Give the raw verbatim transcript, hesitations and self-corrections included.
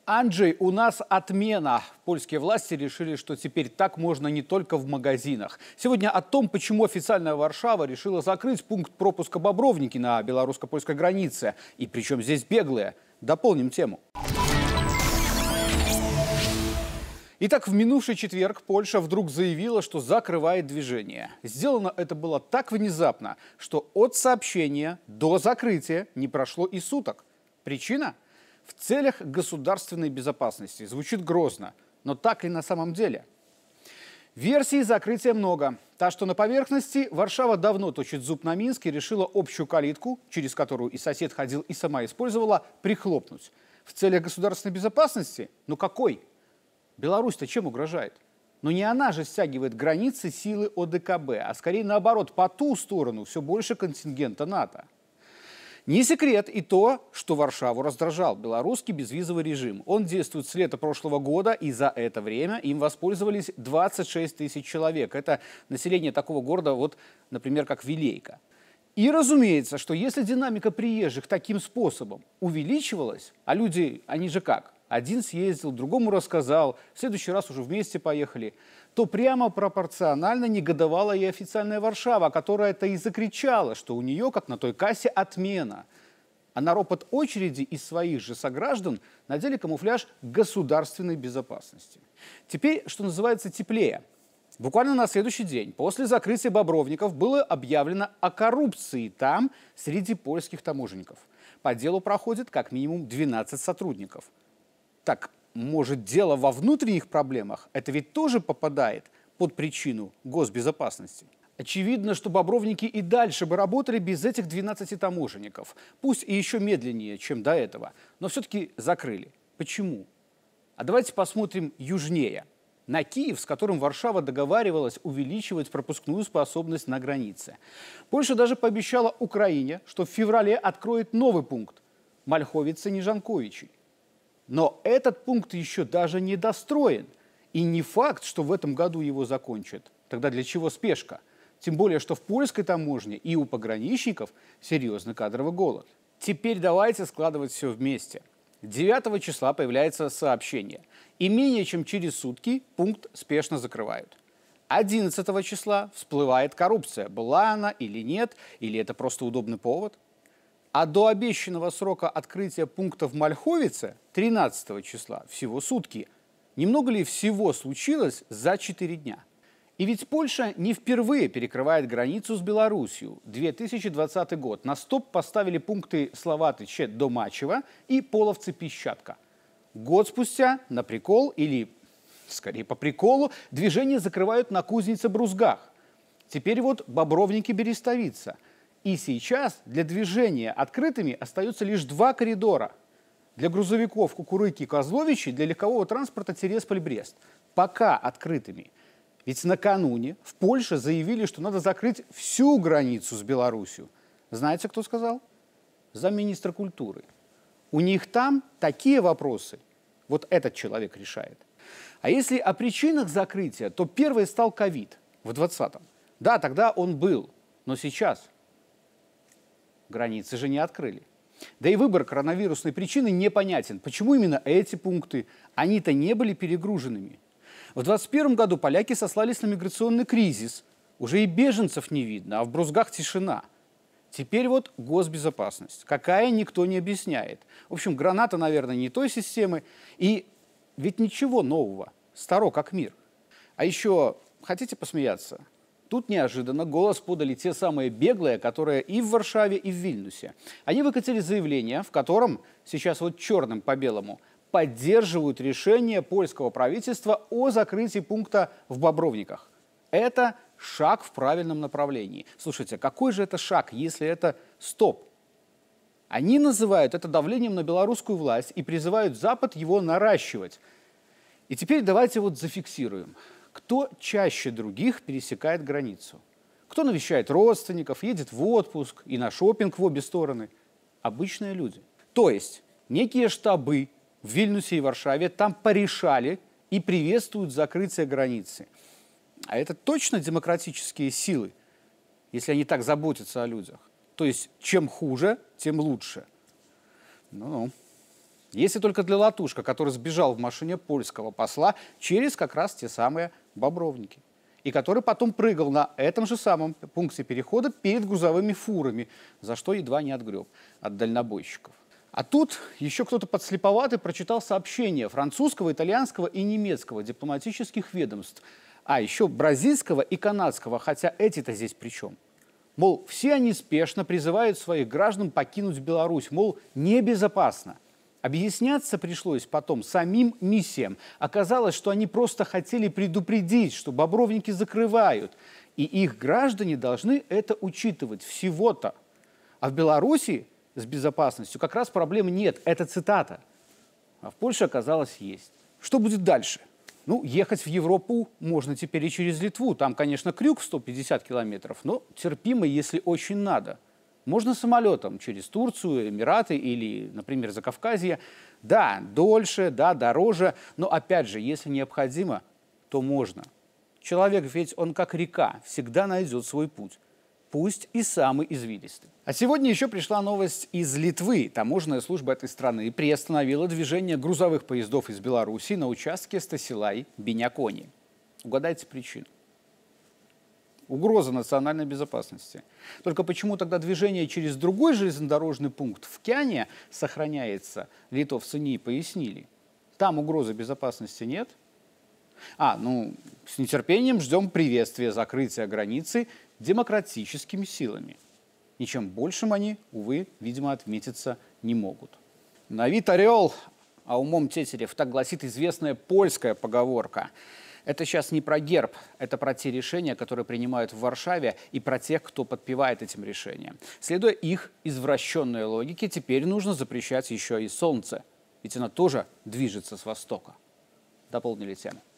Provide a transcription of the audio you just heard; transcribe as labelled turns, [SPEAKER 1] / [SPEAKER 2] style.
[SPEAKER 1] Анджей, у нас отмена. Польские власти решили, что теперь так можно не только в магазинах. Сегодня о том, почему официальная Варшава решила закрыть пункт пропуска Бобровники на белорусско-польской границе. И причем здесь беглые. Дополним тему. Итак, в минувший четверг Польша вдруг заявила, что закрывает движение. Сделано это было так внезапно, что от сообщения до закрытия не прошло и суток. Причина? В целях государственной безопасности. Звучит грозно, но так ли на самом деле? Версий закрытия много. Та, что на поверхности, Варшава давно точит зуб на Минск и решила общую калитку, через которую и сосед ходил, и сама использовала, прихлопнуть. В целях государственной безопасности? Ну какой? Беларусь-то чем угрожает? Но не она же стягивает границы силы О Дэ Ка Бэ, а скорее наоборот, по ту сторону все больше контингента НАТО. Не секрет и то, что Варшаву раздражал белорусский безвизовый режим. Он действует с лета прошлого года, и за это время им воспользовались двадцать шесть тысяч человек. Это население такого города, вот, например, как Вилейка. И разумеется, что если динамика приезжих таким способом увеличивалась, а люди, они же как? Один съездил, другому рассказал, в следующий раз уже вместе поехали, то прямо пропорционально негодовала и официальная Варшава, которая-то и закричала, что у нее, как на той кассе, отмена. А на ропот очереди из своих же сограждан надели камуфляж государственной безопасности. Теперь, что называется, теплее. Буквально на следующий день после закрытия Бобровников было объявлено о коррупции там среди польских таможенников. По делу проходит как минимум двенадцать сотрудников. Так, может, дело во внутренних проблемах? Это ведь тоже попадает под причину госбезопасности. Очевидно, что Бобровники и дальше бы работали без этих двенадцати таможенников. Пусть и еще медленнее, чем до этого, но все-таки закрыли. Почему? А давайте посмотрим южнее. На Киев, с которым Варшава договаривалась увеличивать пропускную способность на границе. Польша даже пообещала Украине, что в феврале откроет новый пункт – Мальховица-Нижанковичи. Но этот пункт еще даже не достроен. И не факт, что в этом году его закончат. Тогда для чего спешка? Тем более, что в польской таможне и у пограничников серьезный кадровый голод. Теперь давайте складывать все вместе. девятого числа появляется сообщение. И менее чем через сутки пункт спешно закрывают. одиннадцатого числа всплывает коррупция. Была она или нет, или это просто удобный повод. А до обещанного срока открытия пункта в Мальховице, тринадцатого числа, всего сутки. Немного ли всего случилось за четыре дня? И ведь Польша не впервые перекрывает границу с Белоруссией. две тысячи двадцатый год. На стоп поставили пункты Словатыче до Мачева и Половцы-Пищатка. Год спустя на прикол, или скорее по приколу, движение закрывают на Кузнице-Брузгах. Теперь вот Бобровники-Берестовица. И сейчас для движения открытыми остаются лишь два коридора. Для грузовиков Кукурыки и Козловичи, для легкового транспорта Тирасполь-Брест. Пока открытыми. Ведь накануне в Польше заявили, что надо закрыть всю границу с Беларусью. Знаете, кто сказал? Замминистра культуры. У них там такие вопросы. Вот этот человек решает. А если о причинах закрытия, то первый стал ковид в двадцатом. Да, тогда он был, но сейчас... Границы же не открыли. Да и выбор коронавирусной причины непонятен. Почему именно эти пункты? Они-то не были перегруженными. В двадцать первом году поляки сослались на миграционный кризис. Уже и беженцев не видно, а в Брузгах тишина. Теперь вот госбезопасность. Какая, никто не объясняет. В общем, граната, наверное, не той системы. И ведь ничего нового. Старо как мир. А еще, хотите посмеяться? Тут неожиданно голос подали те самые беглые, которые и в Варшаве, и в Вильнюсе. Они выкатили заявление, в котором, сейчас вот черным по белому, поддерживают решение польского правительства о закрытии пункта в Бобровниках. Это шаг в правильном направлении. Слушайте, какой же это шаг, если это стоп? Они называют это давлением на белорусскую власть и призывают Запад его наращивать. И теперь давайте вот зафиксируем. Кто чаще других пересекает границу? Кто навещает родственников, едет в отпуск и на шопинг в обе стороны? Обычные люди. То есть некие штабы в Вильнюсе и Варшаве там порешали и приветствуют закрытие границы. А это точно демократические силы, если они так заботятся о людях. То есть чем хуже, тем лучше. Ну-ну. Если только для Латушка, который сбежал в машине польского посла через как раз те самые Бобровники. И который потом прыгал на этом же самом пункте перехода перед грузовыми фурами, за что едва не отгреб от дальнобойщиков. А тут еще кто-то подслеповатый прочитал сообщения французского, итальянского и немецкого дипломатических ведомств, а еще бразильского и канадского, хотя эти-то здесь при чем? Мол, все они спешно призывают своих граждан покинуть Беларусь, мол, небезопасно. Объясняться пришлось потом самим миссиям. Оказалось, что они просто хотели предупредить, что Бобровники закрывают, и их граждане должны это учитывать всего-то. А в Беларуси с безопасностью как раз проблем нет. Это цитата. А в Польше оказалось есть. Что будет дальше? Ну, ехать в Европу можно теперь и через Литву. Там, конечно, крюк в сто пятьдесят километров, но терпимо, если очень надо. Можно самолетом через Турцию, Эмираты или, например, Закавказье. Да, дольше, да, дороже, но, опять же, если необходимо, то можно. Человек ведь он как река, всегда найдет свой путь. Пусть и самый извилистый. А сегодня еще пришла новость из Литвы. Таможенная служба этой страны приостановила движение грузовых поездов из Беларуси на участке Стасилай-Бенякони. Угадайте причину. Угроза национальной безопасности. Только почему тогда движение через другой железнодорожный пункт в Кяне сохраняется, литовцы не пояснили. Там угрозы безопасности нет. А, ну, с нетерпением ждем приветствия закрытия границы демократическими силами. Ничем большим они, увы, видимо, отметиться не могут. На вид орел, а умом тетерев, так гласит известная польская поговорка. Это сейчас не про герб, это про те решения, которые принимают в Варшаве, и про тех, кто подпевает этим решениям. Следуя их извращенной логике, теперь нужно запрещать еще и солнце, ведь оно тоже движется с востока. Дополнили тему.